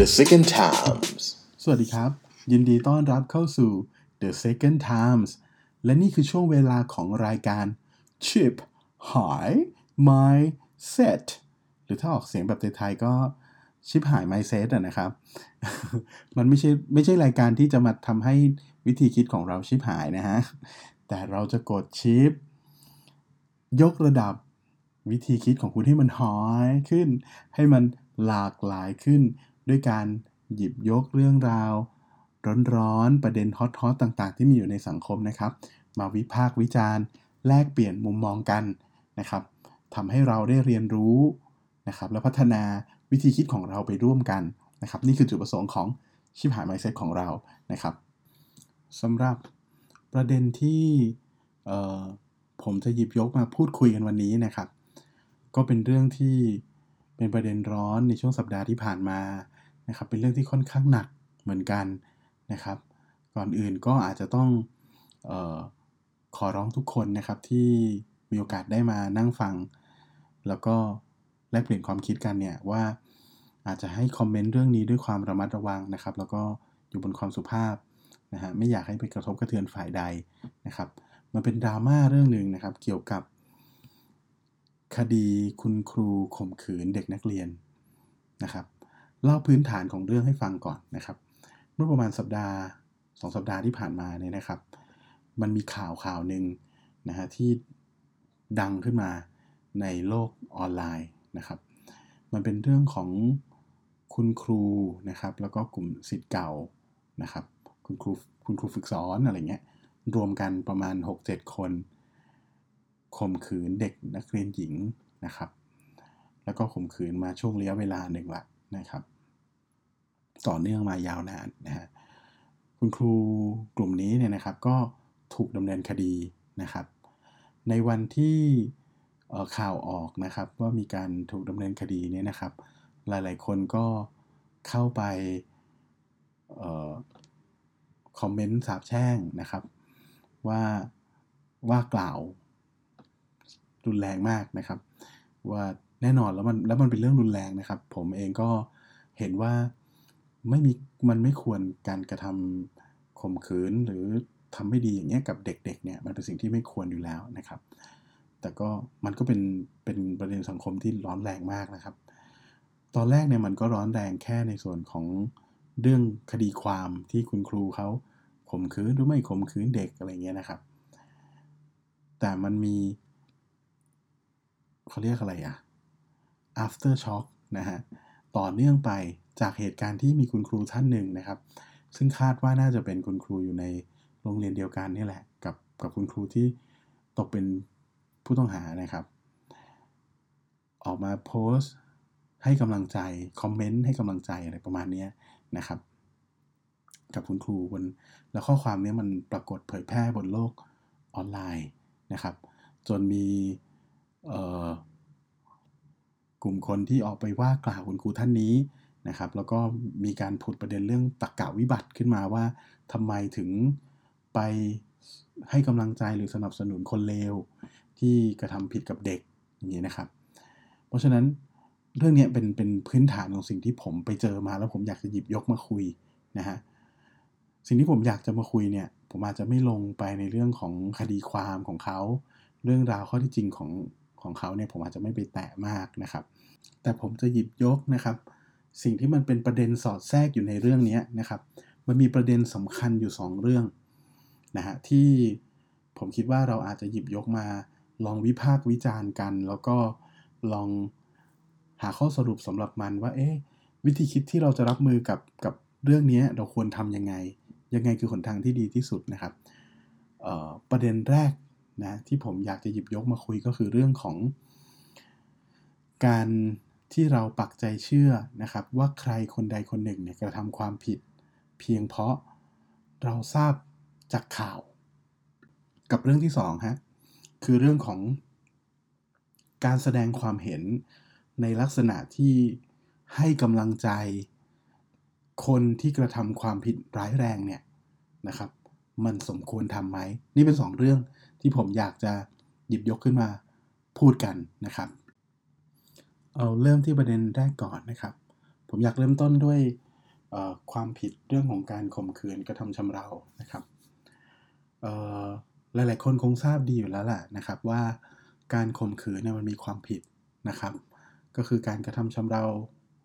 The Second Times สวัสดีครับยินดีต้อนรับเข้าสู่ The Second Times และนี่คือช่วงเวลาของรายการ Chip Hi Mindset หรือถ้าออกเสียงแบบไทยๆก็ชิปหาย Mindset นะครับ มันไม่ใช่รายการที่จะมาทำให้วิธีคิดของเราชิปหายนะฮะแต่เราจะกดชิปยกระดับวิธีคิดของคุณให้มันหายขึ้นให้มันหลากหลายขึ้นด้วยการหยิบยกเรื่องราวร้อนๆประเด็นฮอตๆต่างๆที่มีอยู่ในสังคมนะครับมาวิพากษ์วิจารณ์แลกเปลี่ยนมุมมองกันนะครับทำให้เราได้เรียนรู้นะครับและพัฒนาวิธีคิดของเราไปร่วมกันนะครับนี่คือจุดประสงค์ของชิปหาย Mindset ของเรานะครับสำหรับประเด็นที่ผมจะหยิบยกมาพูดคุยกันวันนี้นะครับก็เป็นเรื่องที่เป็นประเด็นร้อนในช่วงสัปดาห์ที่ผ่านมานะครับเป็นเรื่องที่ค่อนข้างหนักเหมือนกันนะครับก่อนอื่นก็อาจจะต้องขอร้องทุกคนนะครับที่มีโอกาสได้มานั่งฟังแล้วก็แลกเปลี่ยนความคิดกันเนี่ยว่าอาจจะให้คอมเมนต์เรื่องนี้ด้วยความระมัดระวังนะครับแล้วก็อยู่บนความสุภาพนะฮะไม่อยากให้ไปกระทบกระเทือนฝ่ายใดนะครับมันเป็นดราม่าเรื่องนึงนะครับเกี่ยวกับคดีคุณครูข่มขืนเด็กนักเรียนนะครับเล่าพื้นฐานของเรื่องให้ฟังก่อนนะครับเมื่อประมาณ2 สัปดาห์ที่ผ่านมาเนี่ยนะครับมันมีข่าวหนึ่งนะฮะที่ดังขึ้นมาในโลกออนไลน์นะครับมันเป็นเรื่องของคุณครูนะครับแล้วก็กลุ่มศิษย์เก่านะครับคุณครูฝึกสอนอะไรเงี้ยรวมกันประมาณ 6-7 คนข่มขืนเด็กนักเรียนหญิงนะครับแล้วก็ข่มขืนมาช่วงระยะเวลาหนึ่งละนะครับต่อเนื่องมายาวนานนะฮะคุณครูกลุ่มนี้เนี่ยนะครับก็ถูกดำเนินคดีนะครับในวันที่ข่าวออกนะครับว่ามีการถูกดำเนินคดีเนี่ยนะครับหลายๆคนก็เข้าไปคอมเมนต์สาปแช่งนะครับว่ากล่าวรุนแรงมากนะครับว่าแน่นอนแล้วมันเป็นเรื่องรุนแรงนะครับผมเองก็เห็นว่ามันไม่ควรการกระทำข่มขืนหรือทำไม่ดีอย่างเงี้ยกับเด็กๆเนี่ยมันเป็นสิ่งที่ไม่ควรอยู่แล้วนะครับแต่ก็มันก็เป็นประเด็นสังคมที่ร้อนแรงมากนะครับตอนแรกเนี่ยมันก็ร้อนแรงแค่ในส่วนของเรื่องคดีความที่คุณครูเขาข่มขืนหรือไม่ข่มขืนเด็กอะไรเงี้ยนะครับแต่มันมีเขาเรียกอะไรafter shock นะฮะต่อเนื่องไปจากเหตุการณ์ที่มีคุณครูท่านหนึ่งนะครับซึ่งคาดว่าน่าจะเป็นคุณครูอยู่ในโรงเรียนเดียวกันนี่แหละกับคุณครูที่ตกเป็นผู้ต้องหานะครับออกมาโพสต์ให้กำลังใจคอมเมนต์ให้กำลังใจอะไรประมาณนี้นะครับกับคุณครูแล้วข้อความนี้มันปรากฏเผยแพร่บนโลกออนไลน์นะครับจนมีกลุ่มคนที่ออกไปว่ากล่าวคุณครูท่านนี้นะครับแล้วก็มีการผุดประเด็นเรื่องตรรกะวิบัติขึ้นมาว่าทำไมถึงไปให้กำลังใจหรือสนับสนุนคนเลวที่กระทำผิดกับเด็กอย่างนี้นะครับเพราะฉะนั้นเรื่องนี้เป็นพื้นฐานของสิ่งที่ผมไปเจอมาแล้วผมอยากจะหยิบยกมาคุยนะฮะสิ่งที่ผมอยากจะมาคุยเนี่ยผมอาจจะไม่ลงไปในเรื่องของคดีความของเขาเรื่องราวข้อที่จริงของเขาเนี่ยผมอาจจะไม่ไปแตะมากนะครับแต่ผมจะหยิบยกนะครับสิ่งที่มันเป็นประเด็นสอดแทรกอยู่ในเรื่องนี้นะครับมันมีประเด็นสำคัญอยู่2เรื่องนะฮะที่ผมคิดว่าเราอาจจะหยิบยกมาลองวิพากษ์วิจารณ์กันแล้วก็ลองหาข้อสรุปสำหรับมันว่าวิธีคิดที่เราจะรับมือกับเรื่องนี้เราควรทำยังไงคือหนทางที่ดีที่สุดนะครับประเด็นแรกนะที่ผมอยากจะหยิบยกมาคุยก็คือเรื่องของการที่เราปักใจเชื่อนะครับว่าใครคนใดคนหนึ่งเนี่ยกระทำความผิดเพียงเพราะเราทราบจากข่าวกับเรื่องที่2ฮะคือเรื่องของการแสดงความเห็นในลักษณะที่ให้กำลังใจคนที่กระทำความผิดร้ายแรงเนี่ยนะครับมันสมควรทำไหมนี่เป็น2เรื่องที่ผมอยากจะหยิบยกขึ้นมาพูดกันนะครับเอาเริ่มที่ประเด็นแรกก่อนนะครับผมอยากเริ่มต้นด้วยความผิดเรื่องของการข่มขืนกระทำชำเรานะครับหลายๆคนคงทราบดีอยู่แล้วแหละนะครับว่าการข่มขืนเนี่ยมันมีความผิดนะครับก็คือการกระทำชำเรา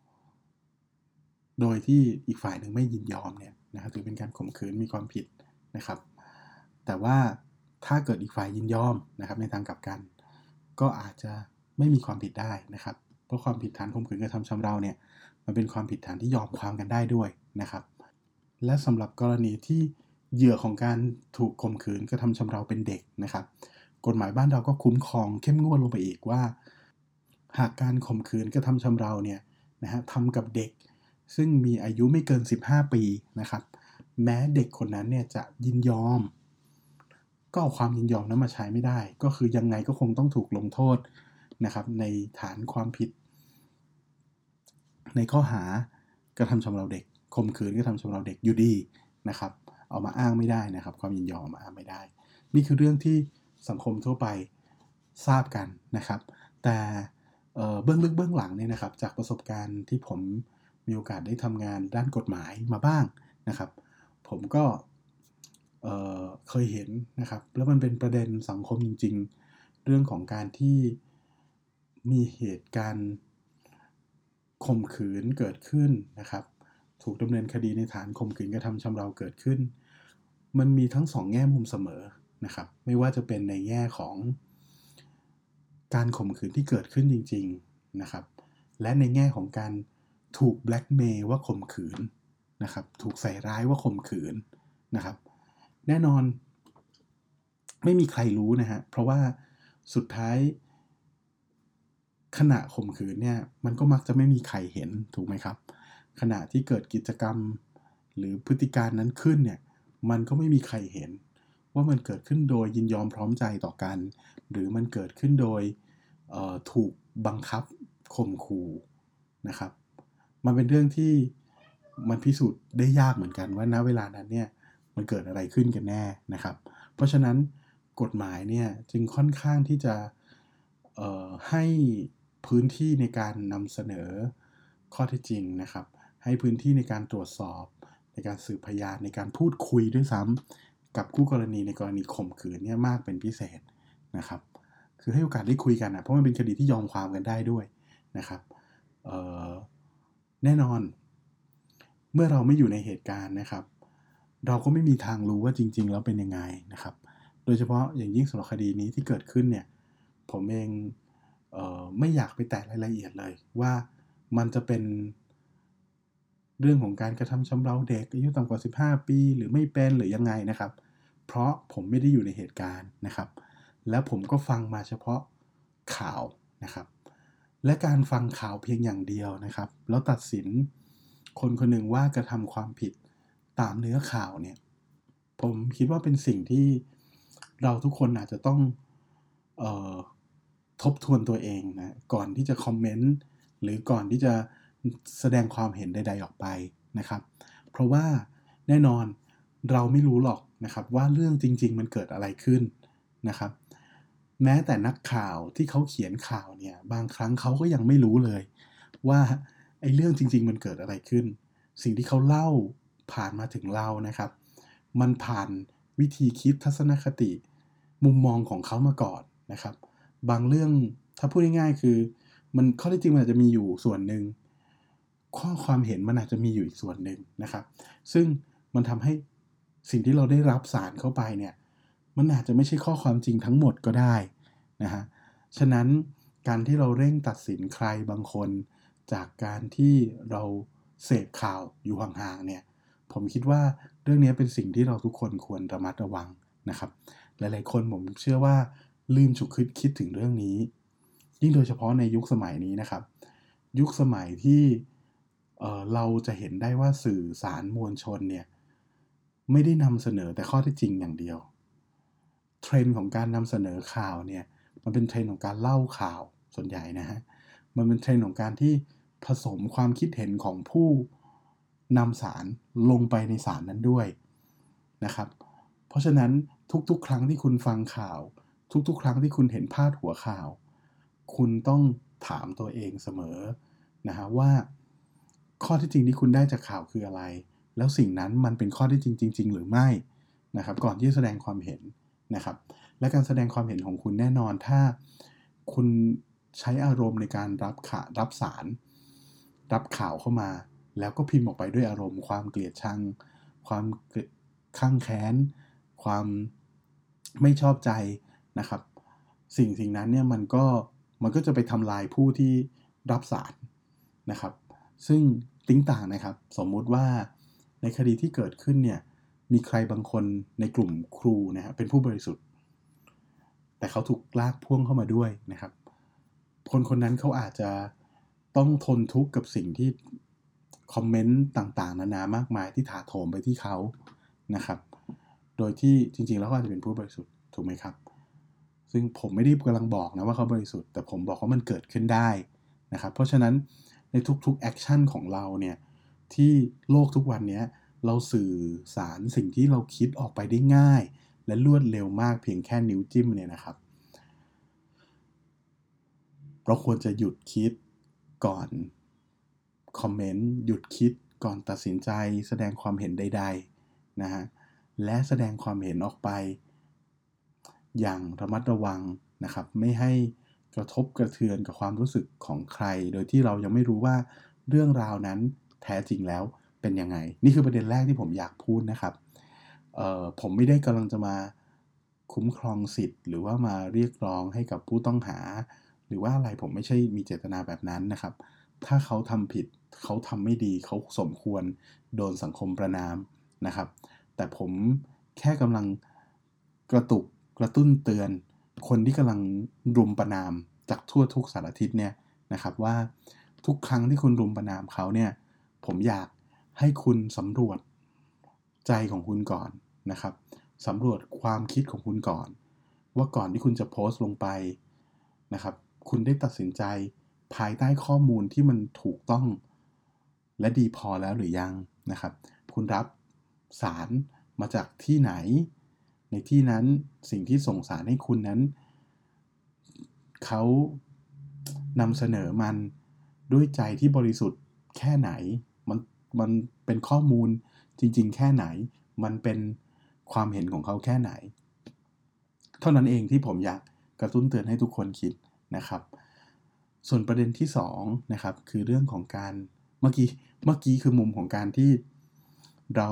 โดยที่อีกฝ่ายหนึ่งไม่ยินยอมเนี่ยนะครับถือเป็นการข่มขืนมีความผิดนะครับแต่ว่าถ้าเกิดอีกฝ่ายยินยอมนะครับในทางกลับกันก็อาจจะไม่มีความผิดได้นะครับเพราะความผิดฐานข่มขืนกระทำชำเราเนี่ยมันเป็นความผิดฐานที่ยอมความกันได้ด้วยนะครับและสำหรับกรณีที่เหยื่อของการถูกข่มขืนกระทำชำเราเป็นเด็กนะครับกฎหมายบ้านเราก็คุ้มครองเข้มงวดลงไปอีกว่าหากการข่มขืนกระทำชำเราเนี่ยนะฮะทำกับเด็กซึ่งมีอายุไม่เกิน15ปีนะครับแม้เด็กคนนั้นเนี่ยจะยินยอมก็เอาความยินยอมนั้นมาใช้ไม่ได้ก็คือยังไงก็คงต้องถูกลงโทษนะครับในฐานความผิดในข้อหากระทำชำเราเด็กข่มขืนกระทำชำเราเด็กอยู่ดีนะครับเอามาอ้างไม่ได้นะครับความยินยอมมาอ้างไม่ได้นี่คือเรื่องที่สังคมทั่วไปทราบกันนะครับแต่เบื้องลึกเบื้องหลังเนี่ยนะครับจากประสบการณ์ที่ผมมีโอกาสได้ทำงานด้านกฎหมายมาบ้างนะครับผมก็เคยเห็นนะครับแล้วมันเป็นประเด็นสังคมจริงๆเรื่องของการที่มีเหตุการณ์ข่มขืนเกิดขึ้นนะครับถูกดำเนินคดีในฐานข่มขืนกระทำชำเราเกิดขึ้นมันมีทั้งสองแง่มุมเสมอนะครับไม่ว่าจะเป็นในแง่ของการข่มขืนที่เกิดขึ้นจริงๆนะครับและในแง่ของการถูกแบล็กเมย์ว่าข่มขืนนะครับถูกใส่ร้ายว่าข่มขืนนะครับแน่นอนไม่มีใครรู้นะฮะเพราะว่าสุดท้ายขณะข่มขืนเนี่ยมันก็มักจะไม่มีใครเห็นถูกไหมครับขณะที่เกิดกิจกรรมหรือพฤติการนั้นขึ้นเนี่ยมันก็ไม่มีใครเห็นว่ามันเกิดขึ้นโดยยินยอมพร้อมใจต่อกันหรือมันเกิดขึ้นโดยถูกบังคับข่มขู่นะครับมันเป็นเรื่องที่มันพิสูจน์ได้ยากเหมือนกันว่าณเวลานั้นเนี่ยมันเกิดอะไรขึ้นกันแน่นะครับเพราะฉะนั้นกฎหมายเนี่ยจึงค่อนข้างที่จะให้พื้นที่ในการนำเสนอข้อเท็จจริงนะครับให้พื้นที่ในการตรวจสอบในการสืบพยานในการพูดคุยด้วยซ้ำกับคู่กรณีในกรณีข่มขืนเนี่ยมากเป็นพิเศษนะครับคือให้โอกาสได้คุยกันนะเพราะมันเป็นคดีที่ยอมความกันได้ด้วยนะครับแน่นอนเมื่อเราไม่อยู่ในเหตุการณ์นะครับเราก็ไม่มีทางรู้ว่าจริงๆแล้วเป็นยังไงนะครับโดยเฉพาะอย่างยิ่งสำหรับคดีนี้ที่เกิดขึ้นเนี่ยผมเองไม่อยากไปแตะรายละเอียดเลยว่ามันจะเป็นเรื่องของการกระทำชำเราเด็กอายุต่ำกว่า15ปีหรือไม่เป็นหรือยังไงนะครับเพราะผมไม่ได้อยู่ในเหตุการณ์นะครับและผมก็ฟังมาเฉพาะข่าวนะครับและการฟังข่าวเพียงอย่างเดียวนะครับแล้วตัดสินคนคนหนึ่งว่ากระทำความผิดตามเนื้อข่าวเนี่ยผมคิดว่าเป็นสิ่งที่เราทุกคนอาจจะต้องทบทวนตัวเองนะก่อนที่จะคอมเมนต์หรือก่อนที่จะแสดงความเห็นใดๆออกไปนะครับเพราะว่าแน่นอนเราไม่รู้หรอกนะครับว่าเรื่องจริงๆมันเกิดอะไรขึ้นนะครับแม้แต่นักข่าวที่เขาเขียนข่าวเนี่ยบางครั้งเขาก็ยังไม่รู้เลยว่าไอ้เรื่องจริงๆมันเกิดอะไรขึ้นสิ่งที่เขาเล่าผ่านมาถึงเรานะครับมันผ่านวิธีคิดทัศนคติมุมมองของเขามาก่อนนะครับบางเรื่องถ้าพูดง่ายๆคือมันข้อเท็จจริงมันอาจจะมีอยู่ส่วนหนึ่งข้อความเห็นมันอาจจะมีอยู่อีกส่วนหนึ่งนะครับซึ่งมันทำให้สิ่งที่เราได้รับสารเข้าไปเนี่ยมันอาจจะไม่ใช่ข้อความจริงทั้งหมดก็ได้นะฮะฉะนั้นการที่เราเร่งตัดสินใครบางคนจากการที่เราเสพข่าวอยู่ห่างๆเนี่ยผมคิดว่าเรื่องนี้เป็นสิ่งที่เราทุกคนควรระมัดระวังนะครับหลายๆคนผมเชื่อว่าลืมฉุกคิดถึงเรื่องนี้ยิ่งโดยเฉพาะในยุคสมัยนี้นะครับยุคสมัยที่เราจะเห็นได้ว่าสื่อสารมวลชนเนี่ยไม่ได้นำเสนอแต่ข้อเท็จจริงอย่างเดียวเทรนด์ของการนำเสนอข่าวเนี่ยมันเป็นเทรนด์ของการเล่าข่าวส่วนใหญ่นะฮะมันเป็นเทรนด์ของการที่ผสมความคิดเห็นของผู้นำสารลงไปในสารนั้นด้วยนะครับเพราะฉะนั้นทุกๆครั้งที่คุณฟังข่าวทุกๆครั้งที่คุณเห็นพาดหัวข่าวคุณต้องถามตัวเองเสมอนะฮะว่าข้อเท็จจริงที่คุณได้จากข่าวคืออะไรแล้วสิ่งนั้นมันเป็นข้อเท็จจริงหรือไม่นะครับก่อนที่จะแสดงความเห็นนะครับและการแสดงความเห็นของคุณแน่นอนถ้าคุณใช้อารมณ์ในการรับสารรับข่าวเข้ามาแล้วก็พิมพ์ออกไปด้วยอารมณ์ความเกลียดชังความข้างแค้นความไม่ชอบใจนะครับสิ่งนั้นเนี่ยมันก็จะไปทำลายผู้ที่รับสารนะครับซึ่งติ้งต่างนะครับสมมุติว่าในคดีที่เกิดขึ้นเนี่ยมีใครบางคนในกลุ่มครูนะฮะเป็นผู้บริสุทธิ์แต่เขาถูกลากพ่วงเข้ามาด้วยนะครับคนนั้นเขาอาจจะต้องทนทุกข์กับสิ่งที่คอมเมนต์ต่างๆนานามากมายที่ถาโถมไปที่เขานะครับโดยที่จริงๆแล้วเขาอาจจะเป็นผู้บริสุทธิ์ถูกไหมครับซึ่งผมไม่ได้กำลังบอกนะว่าเขาบริสุทธิ์แต่ผมบอกว่ามันเกิดขึ้นได้นะครับเพราะฉะนั้นในทุกๆแอคชั่นของเราเนี่ยที่โลกทุกวันนี้เราสื่อสารสิ่งที่เราคิดออกไปได้ง่ายและรวดเร็วมากเพียงแค่นิ้วจิ้มเนี่ยนะครับเราควรจะหยุดคิดก่อนคอมเมนต์หยุดคิดก่อนตัดสินใจแสดงความเห็นใดๆนะฮะและแสดงความเห็นออกไปอย่างระมัดระวังนะครับไม่ให้กระทบกระเทือนกับความรู้สึกของใครโดยที่เรายังไม่รู้ว่าเรื่องราวนั้นแท้จริงแล้วเป็นยังไงนี่คือประเด็นแรกที่ผมอยากพูดนะครับผมไม่ได้กำลังจะมาคุ้มครองสิทธิ์หรือว่ามาเรียกร้องให้กับผู้ต้องหาหรือว่าอะไรผมไม่ใช่มีเจตนาแบบนั้นนะครับถ้าเขาทำผิดเขาทำไม่ดีเขาสมควรโดนสังคมประณามนะครับแต่ผมแค่กำลังกระตุ้นเตือนคนที่กำลังรุมประณามจากทั่วทุกสารทิศเนี่ยนะครับว่าทุกครั้งที่คุณรุมประณามเขาเนี่ยผมอยากให้คุณสำรวจใจของคุณก่อนนะครับสำรวจความคิดของคุณก่อนว่าก่อนที่คุณจะโพสต์ลงไปนะครับคุณได้ตัดสินใจภายใต้ข้อมูลที่มันถูกต้องและดีพอแล้วหรือยังนะครับคุณรับสารมาจากที่ไหนในที่นั้นสิ่งที่ส่งสารให้คุณนั้นเขานำเสนอมันด้วยใจที่บริสุทธิ์แค่ไหนมันมันเป็นข้อมูลจริงๆแค่ไหนมันเป็นความเห็นของเขาแค่ไหนเท่านั้นเองที่ผมอยากกระตุ้นเตือนให้ทุกคนคิดนะครับส่วนประเด็นที่2นะครับคือเรื่องของการเมื่อกี้คือมุมของการที่เรา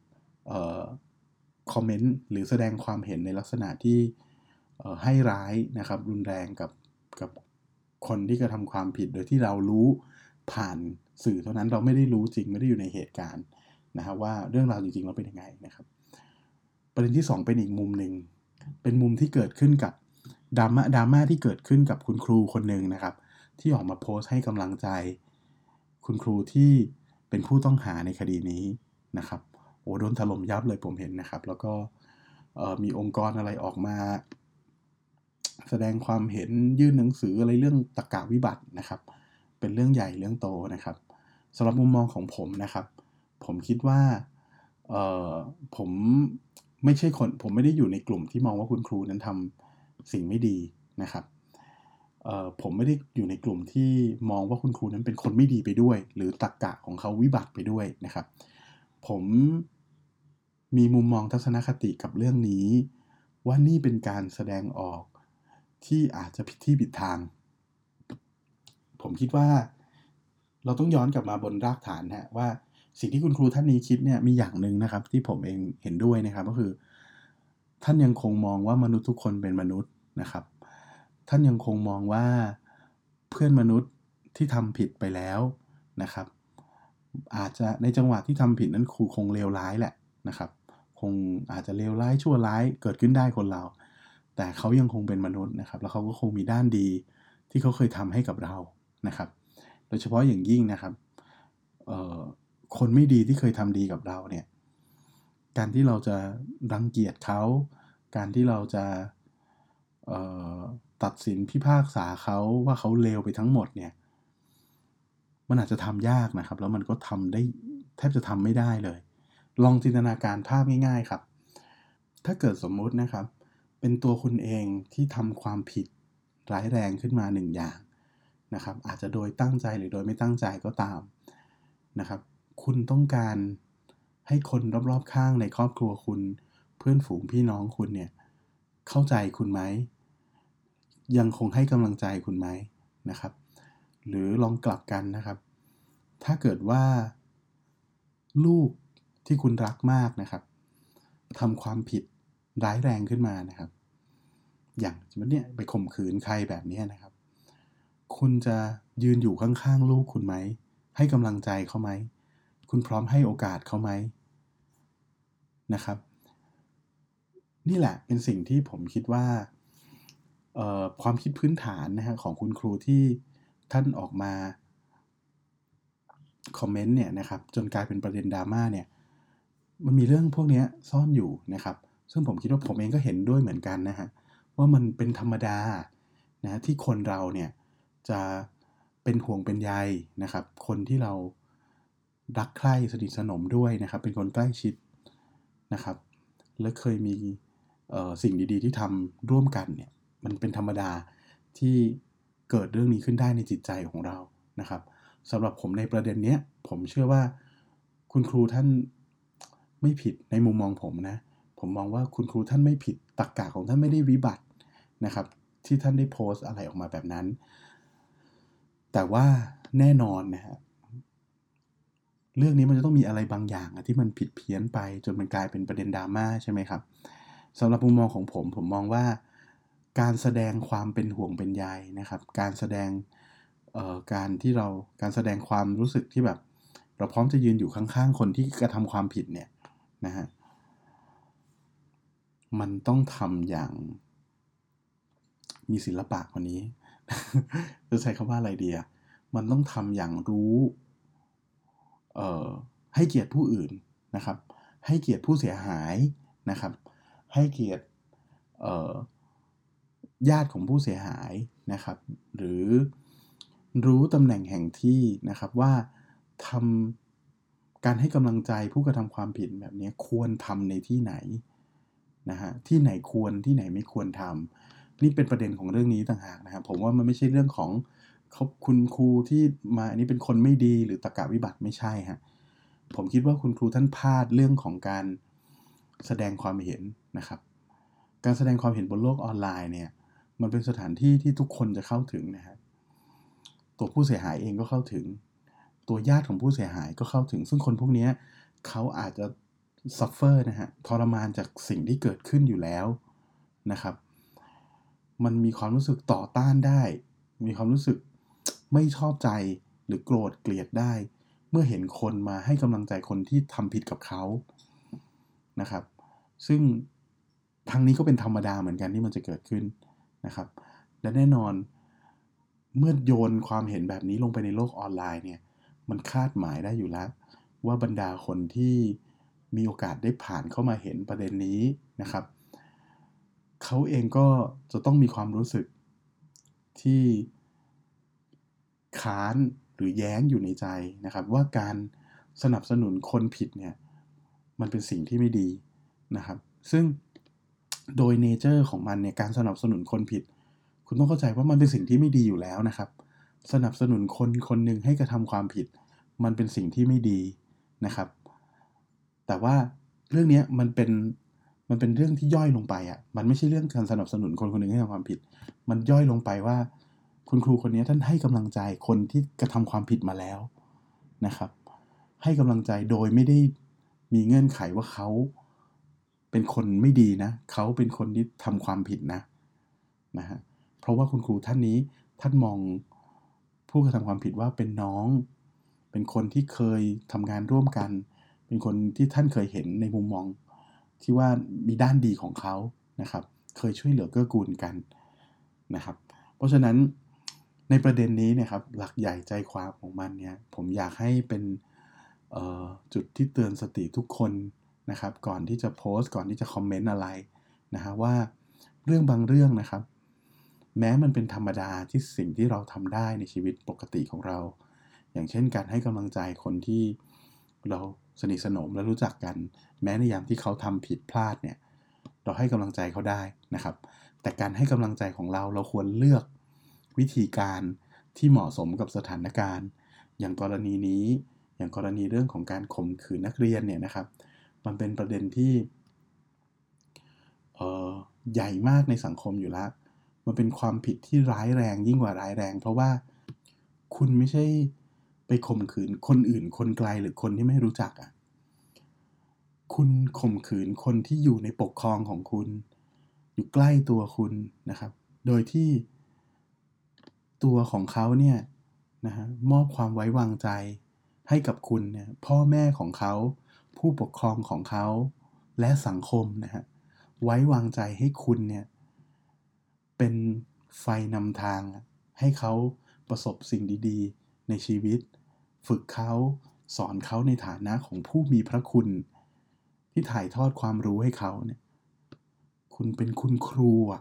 คอมเมนต์หรือแสดงความเห็นในลักษณะที่ให้ร้ายนะครับรุนแรงกับคนที่กระทำความผิดโดยที่เรารู้ผ่านสื่อเท่านั้นเราไม่ได้รู้จริงไม่ได้อยู่ในเหตุการณ์นะครับว่าเรื่องราวจริงๆแล้วเป็นยังไงนะครับประเด็นที่2เป็นอีกมุมหนึ่งเป็นมุมที่เกิดขึ้นกับดราม่าที่เกิดขึ้นกับคุณครูคนหนึ่งนะครับที่ออกมาโพสต์ให้กำลังใจคุณครูที่เป็นผู้ต้องหาในคดีนี้นะครับโอ้โดนถล่มยับเลยผมเห็นนะครับแล้วก็มีองค์กรอะไรออกมาแสดงความเห็นยื่นหนังสืออะไรเรื่องตรรกะวิบัตินะครับเป็นเรื่องใหญ่เรื่องโตนะครับสำหรับมุมมองของผมนะครับผมคิดว่าผมผมไม่ได้อยู่ในกลุ่มที่มองว่าคุณครูนั้นทำสิ่งไม่ดีนะครับผมไม่ได้อยู่ในกลุ่มที่มองว่าคุณครูนั้นเป็นคนไม่ดีไปด้วยหรือตรรกะของเขาวิบัติไปด้วยนะครับผมมีมุมมองทัศนคติกับเรื่องนี้ว่านี่เป็นการแสดงออกที่อาจจะผิดที่ผิดทางผมคิดว่าเราต้องย้อนกลับมาบนรากฐานฮะว่าสิ่งที่คุณครูท่านนี้คิดเนี่ยมีอย่างหนึ่งนะครับที่ผมเองเห็นด้วยนะครับก็คือท่านยังคงมองว่ามนุษย์ทุกคนเป็นมนุษย์นะครับท่านยังคงมองว่าเพื่อนมนุษย์ที่ทำผิดไปแล้วนะครับอาจจะในจังหวะที่ทำผิดนั้นครูคงเลวร้ายแหละนะครับคงอาจจะเลวร้ายชั่วร้ายเกิดขึ้นได้คนเราแต่เขายังคงเป็นมนุษย์นะครับแล้วเขาก็คงมีด้านดีที่เขาเคยทำให้กับเรานะครับโดยเฉพาะอย่างยิ่งนะครับคนไม่ดีที่เคยทำดีกับเราเนี่ยการที่เราจะรังเกียจเขาการที่เราจะตัดสินพิพากษาเขาว่าเขาเลวไปทั้งหมดเนี่ยมันอาจจะทำยากนะครับแล้วมันก็ทำได้แทบจะทำไม่ได้เลยลองจินตนาการภาพง่ายๆครับถ้าเกิดสมมุตินะครับเป็นตัวคุณเองที่ทำความผิดร้ายแรงขึ้นมา1อย่างนะครับอาจจะโดยตั้งใจหรือโดยไม่ตั้งใจก็ตามนะครับคุณต้องการให้คนรอบๆข้างในครอบครัวคุณเพื่อนฝูงพี่น้องคุณเนี่ยเข้าใจคุณไหมยังคงให้กำลังใจคุณไหมนะครับหรือลองกลับกันนะครับถ้าเกิดว่าลูกที่คุณรักมากนะครับทำความผิดร้ายแรงขึ้นมานะครับอย่างสมมติเนี่ยไปข่มขืนใครแบบนี้นะครับคุณจะยืนอยู่ข้างๆลูกคุณไหมให้กำลังใจเขาไหมคุณพร้อมให้โอกาสเขาไหมนะครับนี่แหละเป็นสิ่งที่ผมคิดว่าความคิดพื้นฐานนะฮะของคุณครูที่ท่านออกมาคอมเมนต์เนี่ยนะครับจนกลายเป็นประเด็นดราม่าเนี่ยมันมีเรื่องพวกนี้ซ่อนอยู่นะครับซึ่งผมคิดว่าผมเองก็เห็นด้วยเหมือนกันนะฮะว่ามันเป็นธรรมดานะที่คนเราเนี่ยจะเป็นห่วงเป็นใยนะครับคนที่เรารักใคร่สนิทสนมด้วยนะครับเป็นคนใกล้ชิดนะครับและเคยมีสิ่งดีๆที่ทำร่วมกันเนี่ยมันเป็นธรรมดาที่เกิดเรื่องนี้ขึ้นได้ในจิตใจของเรานะครับสำหรับผมในประเด็นนี้ผมเชื่อว่าคุณครูท่านไม่ผิดในมุมมองผมนะผมมองว่าคุณครูท่านไม่ผิดตรรกะของท่านไม่ได้วิบัตินะครับที่ท่านได้โพสต์อะไรออกมาแบบนั้นแต่ว่าแน่นอนนะฮะเรื่องนี้มันจะต้องมีอะไรบางอย่างที่มันผิดเพี้ยนไปจนมันกลายเป็นประเด็นดราม่าใช่ไหมครับสำหรับมุมมองของผมมองว่าการแสดงความเป็นห่วงเป็นใยนะครับการแสดงการแสดงความรู้สึกที่แบบเราพร้อมจะยืนอยู่ข้างๆคนที่กระทำความผิดเนี่ยนะฮะมันต้องทำอย่างมีศิลปะกว่านี้ จะใช้คำว่าอะไรดีอะมันต้องทำอย่างรู้ให้เกียรติผู้อื่นนะครับให้เกียรติผู้เสียหายนะครับให้เกียรติญาติของผู้เสียหายนะครับหรือรู้ตำแหน่งแห่งที่นะครับว่าทำการให้กำลังใจผู้กระทำความผิดแบบนี้ควรทำในที่ไหนนะฮะที่ไหนควรที่ไหนไม่ควรทำนี่เป็นประเด็นของเรื่องนี้ต่างหากนะครับผมว่ามันไม่ใช่เรื่องของคุณครูที่มาอันนี้เป็นคนไม่ดีหรือตรรกะวิบัติไม่ใช่ฮะผมคิดว่าคุณครูท่านพลาดเรื่องของการแสดงความเห็นนะครับการแสดงความเห็นบนโลกออนไลน์เนี่ยมันเป็นสถานที่ที่ทุกคนจะเข้าถึงนะครับตัวผู้เสียหายเองก็เข้าถึงตัวญาติของผู้เสียหายก็เข้าถึงซึ่งคนพวกนี้เขาอาจจะsuffer นะฮะทรมานจากสิ่งที่เกิดขึ้นอยู่แล้วนะครับมันมีความรู้สึกต่อต้านได้มีความรู้สึกไม่ชอบใจหรือโกรธเกลียดได้เมื่อเห็นคนมาให้กำลังใจคนที่ทำผิดกับเขานะครับซึ่งทางนี้ก็เป็นธรรมดาเหมือนกันที่มันจะเกิดขึ้นนะครับและแน่นอนเมื่อโยนความเห็นแบบนี้ลงไปในโลกออนไลน์เนี่ยมันคาดหมายได้อยู่แล้วว่าบรรดาคนที่มีโอกาสได้ผ่านเข้ามาเห็นประเด็นนี้นะครับเขาเองก็จะต้องมีความรู้สึกที่ค้านหรือแย้งอยู่ในใจนะครับว่าการสนับสนุนคนผิดเนี่ยมันเป็นสิ่งที่ไม่ดีนะครับซึ่งโดยเนเจอร์ของมันเนี่ยการสนับสนุนคนผิดคุณต้องเข้าใจว่ามันเป็นสิ่งที่ไม่ดีอยู่แล้วนะครับสนับสนุนคนคนหนึ่งให้กระทำความผิดมันเป็นสิ่งที่ไม่ดีนะครับแต่ว่าเรื่องนี้มันเป็นเรื่องที่ย่อยลงไปอ่ะมันไม่ใช่เรื่องการสนับสนุนคนคนหนึ่งให้ทำความผิดมันย่อยลงไปว่าคุณครูคนนี้ท่านให้กำลังใจคนที่กระทำความผิดมาแล้วนะครับให้กำลังใจโดยไม่ได้มีเงื่อนไขว่าเขาเป็นคนไม่ดีนะเขาเป็นคนที่ทำความผิดนะฮะเพราะว่าคุณครูท่านนี้ท่านมองผู้กระทำความผิดว่าเป็นน้องเป็นคนที่เคยทำงานร่วมกันเป็นคนที่ท่านเคยเห็นในมุมมองที่ว่ามีด้านดีของเขานะครับเคยช่วยเหลือเกื้อกูลกันนะครับเพราะฉะนั้นในประเด็นนี้เนี่ยครับหลักใหญ่ใจความของมันเนี่ยผมอยากให้เป็นจุดที่เตือนสติทุกคนนะครับก่อนที่จะโพสต์ก่อนที่จะคอมเมนต์อะไรนะฮะว่าเรื่องบางเรื่องนะครับแม้มันเป็นธรรมดาที่สิ่งที่เราทำได้ในชีวิตปกติของเราอย่างเช่นการให้กำลังใจคนที่เราสนิทสนมและรู้จักกันแม้ในยามที่เขาทำผิดพลาดเนี่ยเราให้กำลังใจเขาได้นะครับแต่การให้กำลังใจของเราควรเลือกวิธีการที่เหมาะสมกับสถานการณ์อย่างกรณีนี้อย่างกรณีเรื่องของการข่มขืนนักเรียนเนี่ยนะครับมันเป็นประเด็นที่ใหญ่มากในสังคมอยู่แล้วมันเป็นความผิดที่ร้ายแรงยิ่งกว่าร้ายแรงเพราะว่าคุณไม่ใช่ไปข่มขืนคนอื่นคนไกลหรือคนที่ไม่รู้จักอ่ะคุณข่มขืนคนที่อยู่ในปกครองของคุณอยู่ใกล้ตัวคุณนะครับโดยที่ตัวของเขาเนี่ยนะฮะมอบความไว้วางใจให้กับคุณเนี่ยพ่อแม่ของเขาผู้ปกครองของเขาและสังคมนะฮะไว้วางใจให้คุณเนี่ยเป็นไฟนำทางให้เขาประสบสิ่งดีๆในชีวิตฝึกเขาสอนเขาในฐานะของผู้มีพระคุณที่ถ่ายทอดความรู้ให้เขาเนี่ยคุณเป็นคุณครูอ่ะ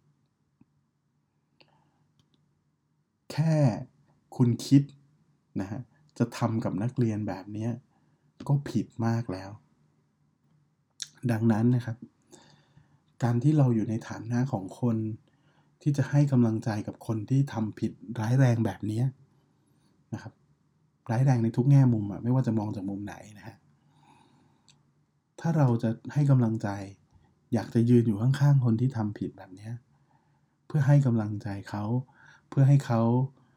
แค่คุณคิดนะฮะจะทำกับนักเรียนแบบนี้ก็ผิดมากแล้วดังนั้นนะครับการที่เราอยู่ในฐานะของคนที่จะให้กำลังใจกับคนที่ทำผิดร้ายแรงแบบนี้นะครับร้ายแรงในทุกแง่มุมไม่ว่าจะมองจากมุมไหนนะฮะถ้าเราจะให้กำลังใจอยากจะยืนอยู่ข้างๆคนที่ทำผิดแบบนี้เพื่อให้กำลังใจเขาเพื่อให้เขา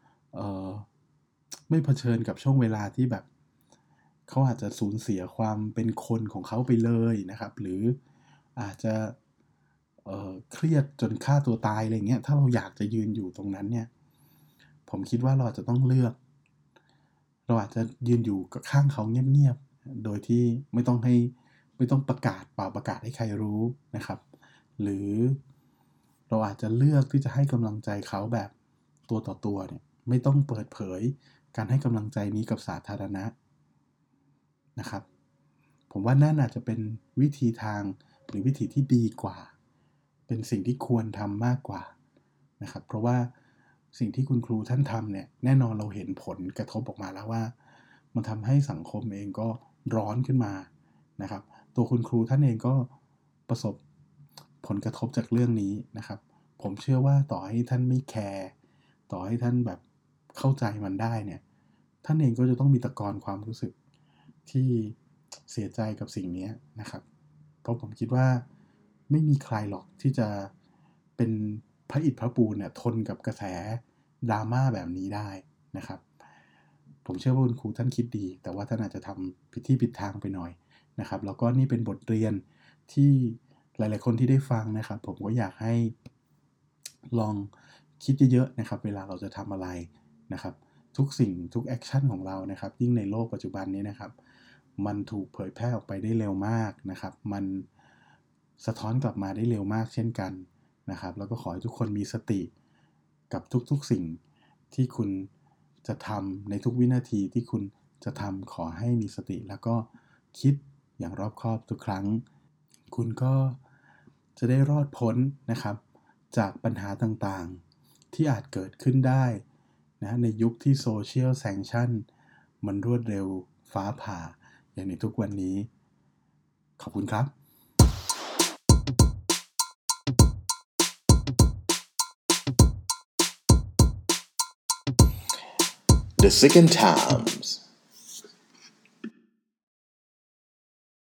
ไม่เผชิญกับช่วงเวลาที่แบบเขาอาจจะสูญเสียความเป็นคนของเขาไปเลยนะครับหรืออาจจะเครียดจนฆ่าตัวตายอะไรเงี้ยถ้าเราอยากจะยืนอยู่ตรงนั้นเนี่ยผมคิดว่าเราจะต้องเลือกเราอาจจะยืนอยู่ข้างเขาเงียบๆโดยที่ไม่ต้องประกาศเปล่าประกาศให้ใครรู้นะครับหรือเราอาจจะเลือกที่จะให้กำลังใจเขาแบบตัวต่อตัวเนี่ยไม่ต้องเปิดเผยการให้กำลังใจนี้กับสาธารณะนะครับผมว่านั่นอาจจะเป็นวิธีทางหรือวิธีที่ดีกว่าเป็นสิ่งที่ควรทำมากกว่านะครับเพราะว่าสิ่งที่คุณครูท่านทำเนี่ยแน่นอนเราเห็นผลกระทบออกมาแล้วว่ามันทำให้สังคมเองก็ร้อนขึ้นมานะครับตัวคุณครูท่านเองก็ประสบผลกระทบจากเรื่องนี้นะครับผมเชื่อว่าต่อให้ท่านไม่แคร์ต่อให้ท่านแบบเข้าใจมันได้เนี่ยท่านเองก็จะต้องมีตะกอนความรู้สึกที่เสียใจกับสิ่งนี้นะครับเพราะผมคิดว่าไม่มีใครหรอกที่จะเป็นพระอิฐพระปูนเนี่ยทนกับกระแสดราม่าแบบนี้ได้นะครับผมเชื่อว่าคุณครูท่านคิดดีแต่ว่าท่านอาจจะทำผิดที่ผิดทางไปหน่อยนะครับแล้วก็นี่เป็นบทเรียนที่หลายๆคนที่ได้ฟังนะครับผมก็อยากให้ลองคิดเยอะๆนะครับเวลาเราจะทำอะไรนะครับทุกสิ่งทุกแอคชั่นของเรานะครับยิ่งในโลกปัจจุบันนี้นะครับมันถูกเผยแพร่ออกไปได้เร็วมากนะครับมันสะท้อนกลับมาได้เร็วมากเช่นกันนะครับแล้วก็ขอให้ทุกคนมีสติกับทุกๆสิ่งที่คุณจะทำในทุกวินาทีที่คุณจะทำขอให้มีสติแล้วก็คิดอย่างรอบคอบทุกครั้งคุณก็จะได้รอดพ้นนะครับจากปัญหาต่างๆที่อาจเกิดขึ้นได้นะในยุคที่โซเชียลแซงชั่นมันรวดเร็วฟ้าผ่าอย่างในทุกวันนี้ขอบคุณครับ The Second Times